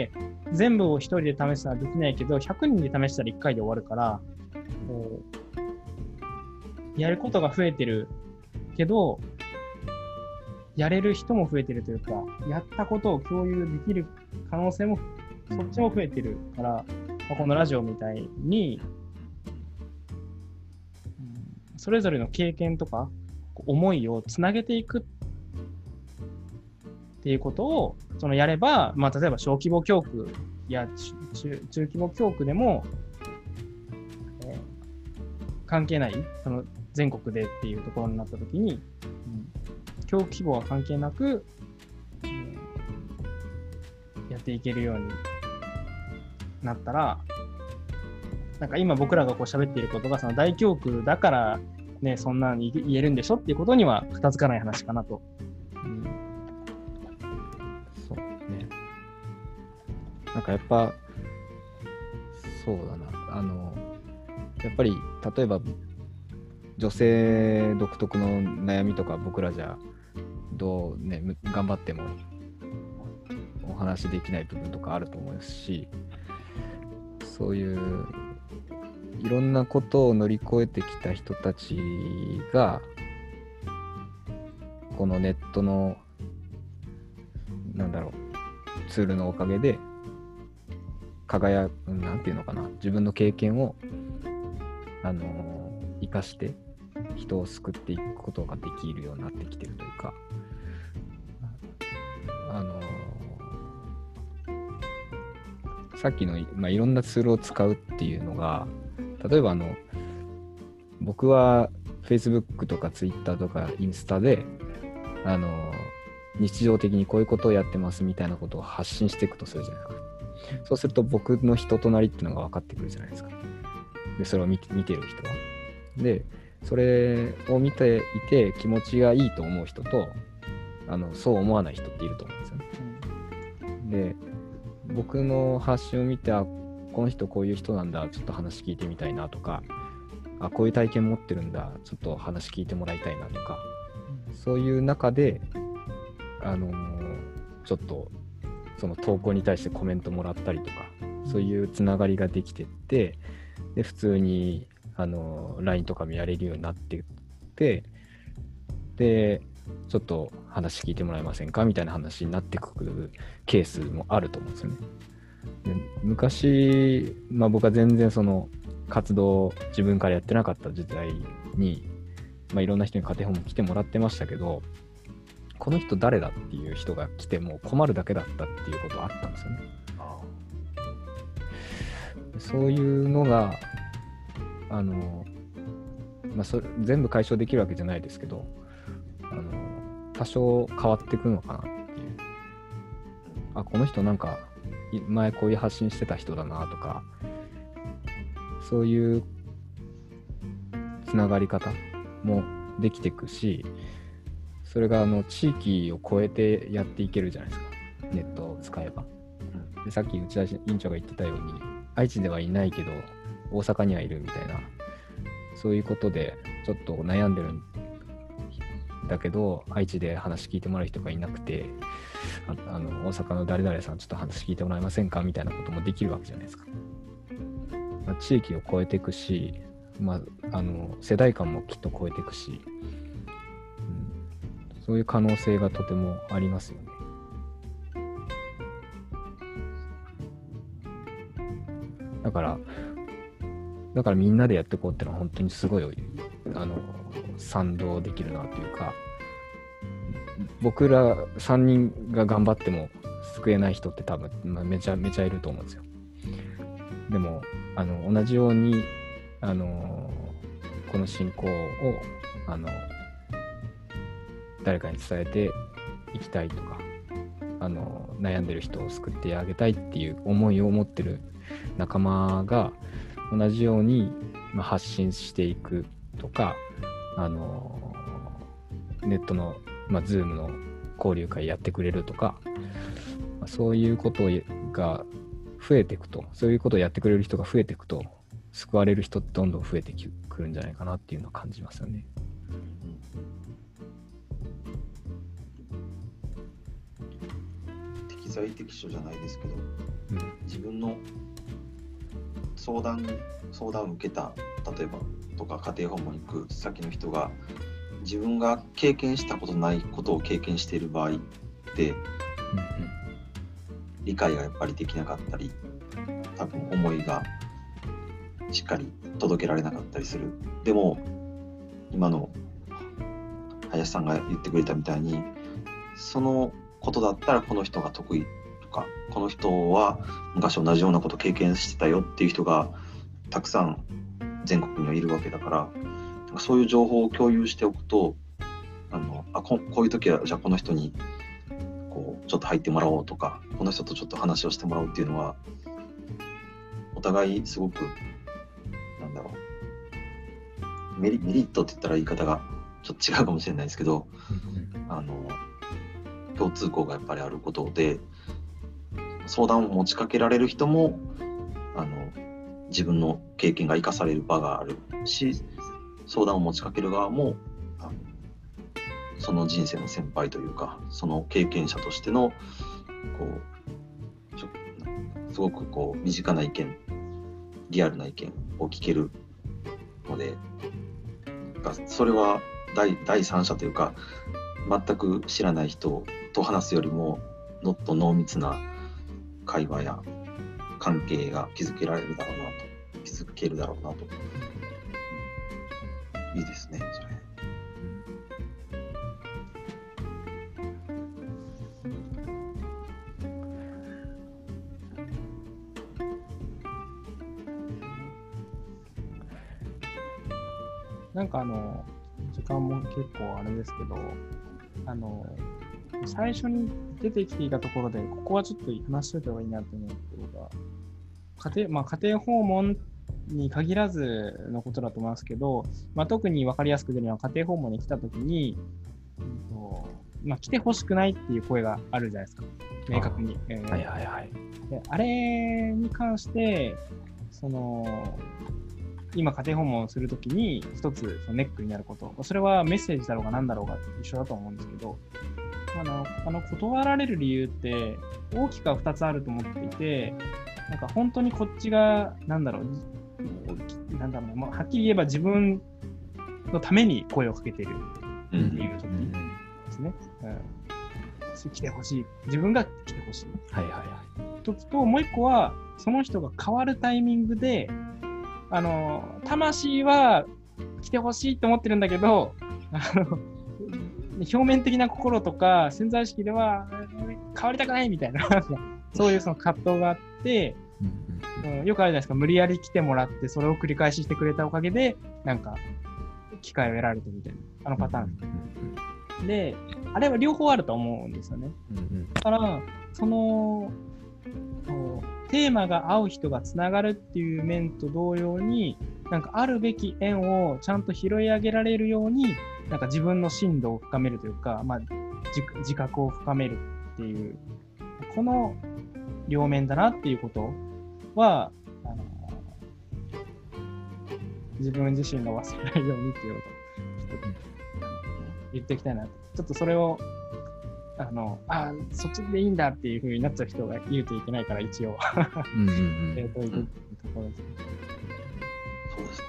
全部をひとりで試すのはできないけど、ひゃくにんで試したらいっかいで終わるから、こうやることが増えてるけど、やれる人も増えてるというか、やったことを共有できる可能性も、そっちも増えてるから、まあ、このラジオみたいに、うん、それぞれの経験とか、思いをつなげていくっていうことを、そのやれば、まあ、例えば小規模教区や 中, 中規模教区でも、えー、関係ない、その全国でっていうところになったときに、うん教規模は関係なく、うん、やっていけるようになったら、なんか今僕らがこう喋っていることがその大教区だからね、そんなに言えるんでしょっていうことには片付かない話かなと。うん、 そうね。なんかやっぱそうだな。あのやっぱり例えば女性独特の悩みとか僕らじゃどうね頑張ってもお話できない部分とかあると思うし、そういういろんなことを乗り越えてきた人たちがこのネットのなんだろうツールのおかげで輝く、なんていうのかな、自分の経験をあの生かして人を救っていくことができるようになってきてるというか、あのさっきの、まあ、いろんなツールを使うっていうのが、例えばあの僕は Facebook とか Twitter とかインスタであの日常的にこういうことをやってますみたいなことを発信していくとするじゃないですか。そうすると僕の人となりっていうのが分かってくるじゃないですか。でそれを見て、見てる人は。でそれを見ていて気持ちがいいと思う人とあのそう思わない人っていると思うんですよね。うん、で僕の発信を見て、あこの人こういう人なんだ、ちょっと話聞いてみたいなとか、あこういう体験持ってるんだ、ちょっと話聞いてもらいたいなとか、うん、そういう中であのー、ちょっとその投稿に対してコメントもらったりとか、そういうつながりができてって、で普通にあの ライン とかもやれるようになってって、でちょっと話聞いてもらえませんかみたいな話になってくるケースもあると思うんですよね。で昔、まあ、僕は全然その活動を自分からやってなかった時代に、まあ、いろんな人に家庭訪問来てもらってましたけど、この人誰だっていう人が来ても困るだけだったっていうことはあったんですよね。そういうのがあの、まあ、それ全部解消できるわけじゃないですけど、あの多少変わってくのかなっていう。あこの人なんか前こういう発信してた人だなとか、そういうつながり方もできていくし、それがあの地域を超えてやっていけるじゃないですか、ネットを使えば。でさっき内田委員長が言ってたように、愛知ではいないけど大阪にはいるみたいな、そういうことでちょっと悩んでるんだけど愛知で話聞いてもらう人がいなくて、 あ, あの大阪の誰々さんちょっと話聞いてもらえませんかみたいなこともできるわけじゃないですか。まあ、地域を超えていくし、まあ、あの世代間もきっと超えていくし、うん、そういう可能性がとてもありますよね。だからだからみんなでやっていこうってのは本当にすごいあの賛同できるなというか、僕らさんにんが頑張っても救えない人って多分、まあ、めちゃめちゃいると思うんですよ。でもあの同じようにあのこの信仰をあの誰かに伝えていきたいとか、あの悩んでる人を救ってあげたいっていう思いを持ってる仲間が同じように、まあ、発信していくとか、あのネットの、まあ、Zoom の交流会やってくれるとか、まあ、そういうことが増えていくと、そういうことをやってくれる人が増えていくと、救われる人ってどんどん増えてくるんじゃないかなっていうのを感じますよね。 適材適所じゃないですけど、 うん、 自分の相談に相談を受けた、例えばとか家庭訪問に行く先の人が自分が経験したことないことを経験している場合って、うんうん、理解がやっぱりできなかったり、多分思いがしっかり届けられなかったりする。でも今の林さんが言ってくれたみたいに、そのことだったらこの人が得意とか、この人は昔同じようなことを経験してたよっていう人がたくさん全国にはいるわけだから、そういう情報を共有しておくと、あのあ こ, こういう時はじゃあこの人にこうちょっと入ってもらおうとか、この人とちょっと話をしてもらおうっていうのは、お互いすごくなんだろう、メ リ, メリットって言ったら言い方がちょっと違うかもしれないですけど、あの共通項がやっぱりあることで、相談を持ちかけられる人もあの自分の経験が生かされる場があるし、相談を持ちかける側もあのその人生の先輩というか、その経験者としてのこうちょすごくこう身近な意見、リアルな意見を聞けるので、それは 第, 第三者というか全く知らない人と話すよりももっと濃密な会話や関係が築けられるだろうなと築けるだろうなと、うん、いいですねそれ。 なんかあの時間も結構あれですけど、あの最初に出てきていたところで、ここはちょっと話しておいた方がいいなと思うところが、家庭、まあ、家庭訪問に限らずのことだと思いますけど、まあ、特に分かりやすく出るのは家庭訪問に来たときに、うんとまあ、来てほしくないっていう声があるじゃないですか、明確に。えー、 はいはいはい。 であれに関して、その今家庭訪問をするときに一つそのネックになること、それはメッセージだろうが何だろうが一緒だと思うんですけど、あのあの断られる理由って大きくはふたつあると思っていて、なんか本当にこっちがなんだろうなんだろうな、まあ、はっきり言えば自分のために声をかけているっていう時ですね。うんうんうん、来てほしい、自分が来てほしい、 はいはいはい、 時と、もう一個はその人が変わるタイミングで、あの魂は来てほしいと思ってるんだけど、あの表面的な心とか潜在意識では変わりたくないみたいなそういうその葛藤があって、うん、よくあるじゃないですか、無理やり来てもらってそれを繰り返ししてくれたおかげでなんか機会を得られたみたいな、あのパターンで、あれは両方あると思うんですよね。だからそのテーマが合う人がつながるっていう面と同様に、なんかあるべき縁をちゃんと拾い上げられるように、なんか自分の深度を深めるというか、まあ、自, 自覚を深めるっていう、この両面だなっていうことは、あの自分自身が忘れないようにっていうことを言っていきたいなと。ちょっとそれをあのあそっちでいいんだっていう風になっちゃう人がいるといけないから、一応うんうん、 えー、というところですね。 そうですね。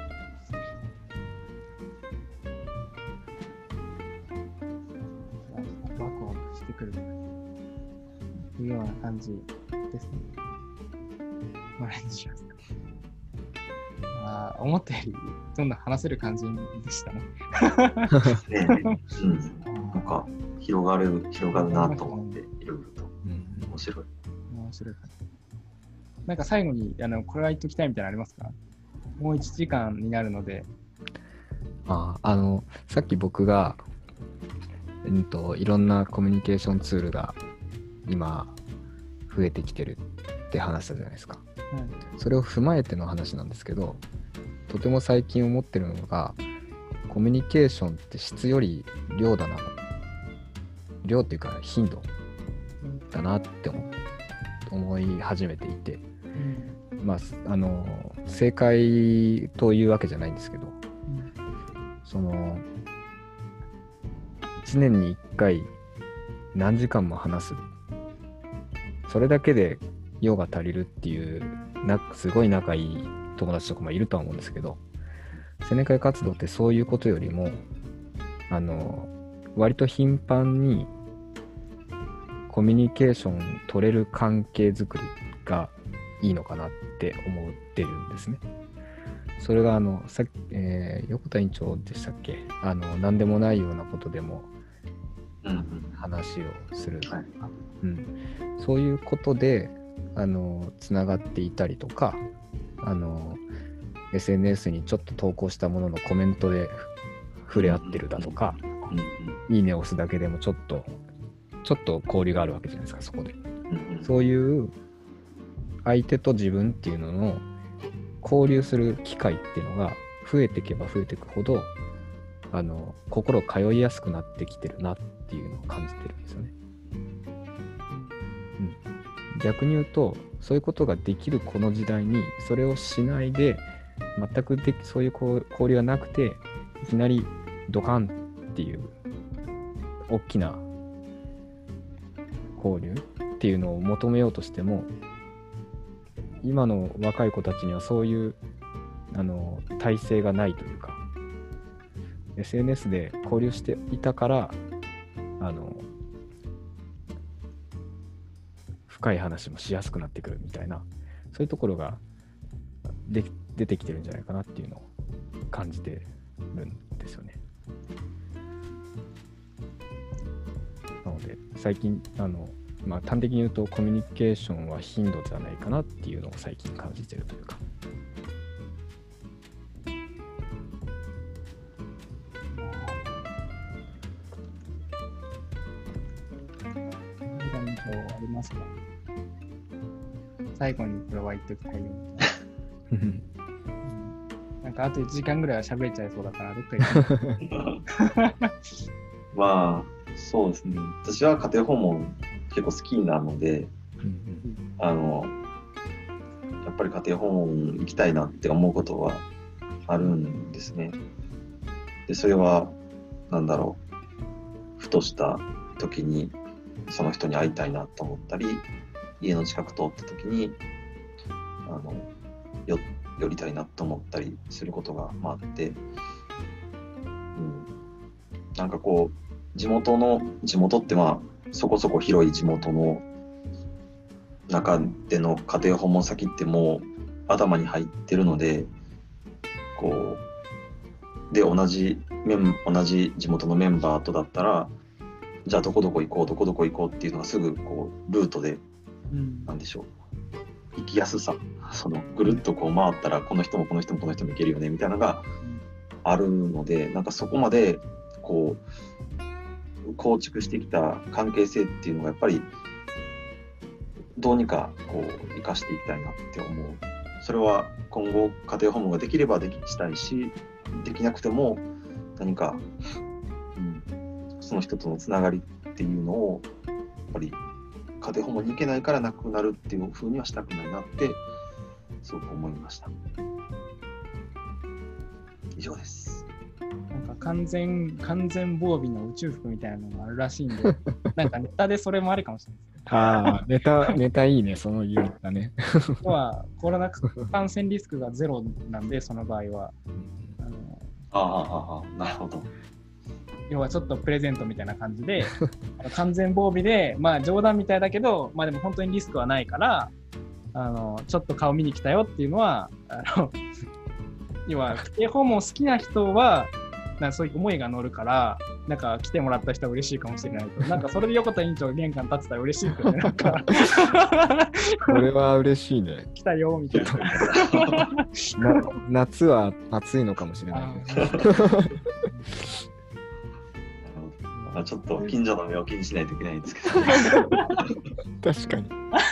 ワクワクしてくるというような感じですね。まあ、何しますか。あ、思ったよりどんどん話せる感じでしたね。 ね、うん、なんか広がる広がるなと思って、いろいろと面白い。 面白い。なんか最後にあのこれは言っときたいみたいなのありますか？もういちじかんになるので。 ああ、あのさっき僕がうんと、いろんなコミュニケーションツールが今増えてきてるって話したじゃないですか。 うん、 それを踏まえての話なんですけど、とても最近思ってるのが、コミュニケーションって質より量だな、量っていうか頻度だなって思思い始めていて、 うん、 まああの正解というわけじゃないんですけど、 うん、 そのいちねんにいっかい何時間も話す、それだけで用が足りるっていうなすごい仲いい友達とかもいるとは思うんですけど、青年会活動ってそういうことよりもあの割と頻繁にコミュニケーション取れる関係づくりがいいのかなって思ってるんですね。それがあのさっき、えー、横田院長でしたっけ、あの何でもないようなことでも話をする、 はい、 うん、そういうことであのつながっていたりとか、あの エスエヌエス にちょっと投稿したもののコメントで触れ合ってるだとか、 うん、 いいねを押すだけでもちょっとちょっと交流があるわけじゃないですか、そこで。 うん、 そういう相手と自分っていうのの交流する機会っていうのが増えていけば増えていくほど、あの心通いやすくなってきてるなっていうのを感じてるんですよね。うん、逆に言うと、そういうことができるこの時代にそれをしないで、全くでそういう交流がなくて、いきなりドカンっていう大きな交流っていうのを求めようとしても、今の若い子たちにはそういうあの体制がないというか、 エスエヌエス で交流していたからあの深い話もしやすくなってくるみたいな、そういうところがで出てきてるんじゃないかなっていうのを感じてるんですよね。なので最近あのまあ端的に言うと、コミュニケーションは頻度じゃないかなっていうのを最近感じてるというか。 何かありますか？最後にこれは言っておきたいよみたいな。なんかあといちじかんぐらいは喋れちゃいそうだから、どっか行って。 まあ、そうですね。私は家庭訪問結構好きなので、 うんうん、 あの、やっぱり家庭訪問行きたいなって思うことはあるんですね。で、それは、なんだろう、ふとした時にその人に会いたいなと思ったり、家の近く通った時に、あの、よ寄りたいなと思ったりすることがあって、うん、なんかこう地元の地元ってまあそこそこ広い地元の中での家庭訪問先ってもう頭に入ってるので、こうで同じメン同じ地元のメンバーとだったら、じゃあどこどこ行こうどこどこ行こうっていうのがすぐこうルートで、うん、なんでしょう、行きやすさ、そのぐるっとこう回ったらこの人もこの人もこの人も行けるよねみたいなのがあるので、なんかそこまでこう構築してきた関係性っていうのがやっぱりどうにかこう生かしていきたいなって思う。それは今後家庭訪問ができればできしたいし、できなくても何か、うん、その人とのつながりっていうのをやっぱり家庭訪問に行けないからなくなるっていう風にはしたくないなってすごく思いました。以上です。 なんか完全完全防備の宇宙服みたいなのがあるらしいんで、なんかネタでそれもありかもしれないです。 ああ、ネタネタいいね、その言うネタね。 はコロナ感染リスクがゼロなんで、その場合は。あのああ、ああ、なるほど。 要はちょっとプレゼントみたいな感じであの完全防備で、まあ冗談みたいだけど、まあでも本当にリスクはないから、あのちょっと顔見に来たよっていうのは、あの要は家庭訪問好きな人はなんかそういう思いが乗るから、なんか来てもらった人は嬉しいかもしれないと。なんかそれで横田院長が玄関立ってたら嬉しいけどね、なんかこれは嬉しいね。 来たよみたいな。 な夏は暑いのかもしれないけど。 まあ、ちょっと近所の目を気にしないといけないんですけど。 確かに。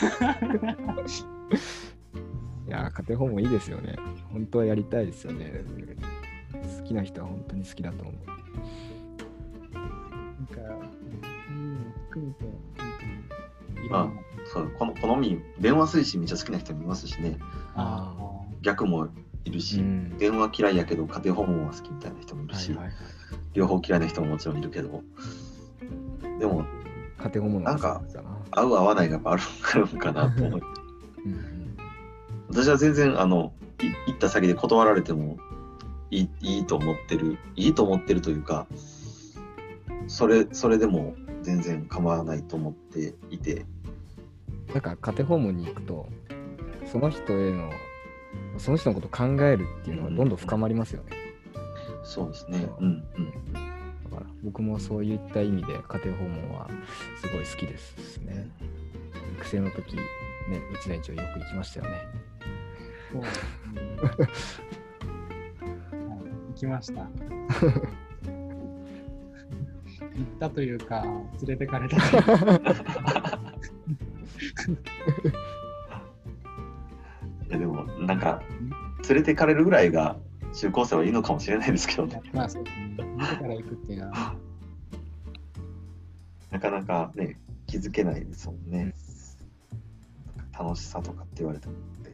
いやー、家庭訪問いいですよね。本当はやりたいですよね。好きな人は本当に好きだと思う。 なんか、うん、含めて、本当にいまあろんな、 そうこの好み、電話推進めっちゃ好きな人もいますしね。 あ逆もいるし、 うん電話嫌いやけど家庭訪問は好きみたいな人もいるし、 はいはいはい。 両方嫌いな人ももちろんいるけど、でも家庭訪問のなんかだな。 合う合わないがやっぱあるのかなと思う。 うんうん私は全然あのい行った先で断られてもいい、いいと思ってるいいと思ってるというか、それそれでも全然構わないと思っていて、 なんか家庭訪問に行くと、その人へのその人のことを考えるっていうのがどんどん深まりますよね。 そうですね。うんうん。 だから僕もそういった意味で家庭訪問はすごい好きですね。育成の時ね、内田院長よく行きましたよね。 そうですね。はい、行きました。行ったというか、連れてかれたというか。 いやでもなんか連れてかれるぐらいが中高生はいいのかもしれないですけどね。 まあそうですね。見てから行くっていうのは。 なかなかね気づけないですもんね。楽しさとかって言われてもって。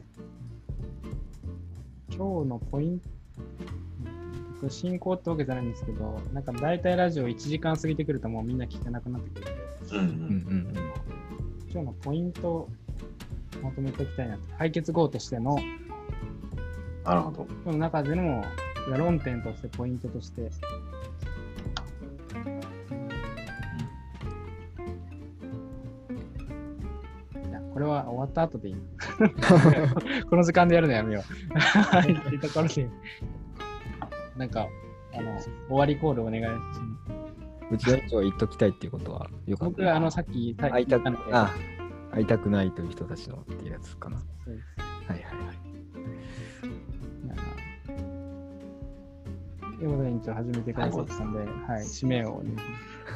今日のポイント、僕進行ってわけじゃないんですけど、なんか大体ラジオいちじかん過ぎてくるともうみんな聞けなくなってくるんで、 うんううんんうん今日のポイントをまとめておきたいなと。解決号としての、 なるほど。 その中での論点としてポイントとして、いやこれは終わった後でいい。この時間でやるのやめよう。はい、っていうところで、なんか、あの、終わりコールお願いします。 うん。内田院長言っときたいっていうことはよかった。 僕、あの、さっき会いたく言ったのであ会いたくないという人たちのっていうやつかな。 そうです。 はいはいはい。 山田委員長始めてくださったんで、はい、締めをお願いします。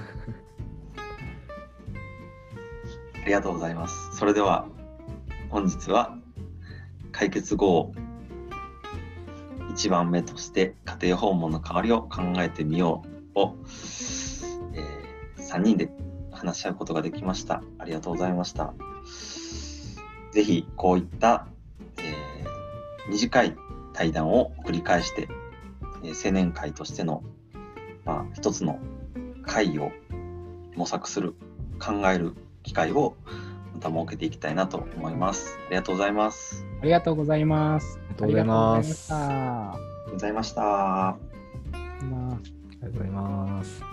ありがとうございます。それでは本日は解決後いちばんめとして家庭訪問の代わりを考えてみようを、えー、さんにんで話し合うことができました。ありがとうございました。ぜひこういった、えー、短い対談を繰り返して、えー、青年会としての、まあ、一つの会を模索する、考える機会をまた設けていきたいなと思います。ありがとうございます。 ありがとうございます。 ありがとうございます。 ありがとうございました。 ありがとうございました。 まあありがとうございます。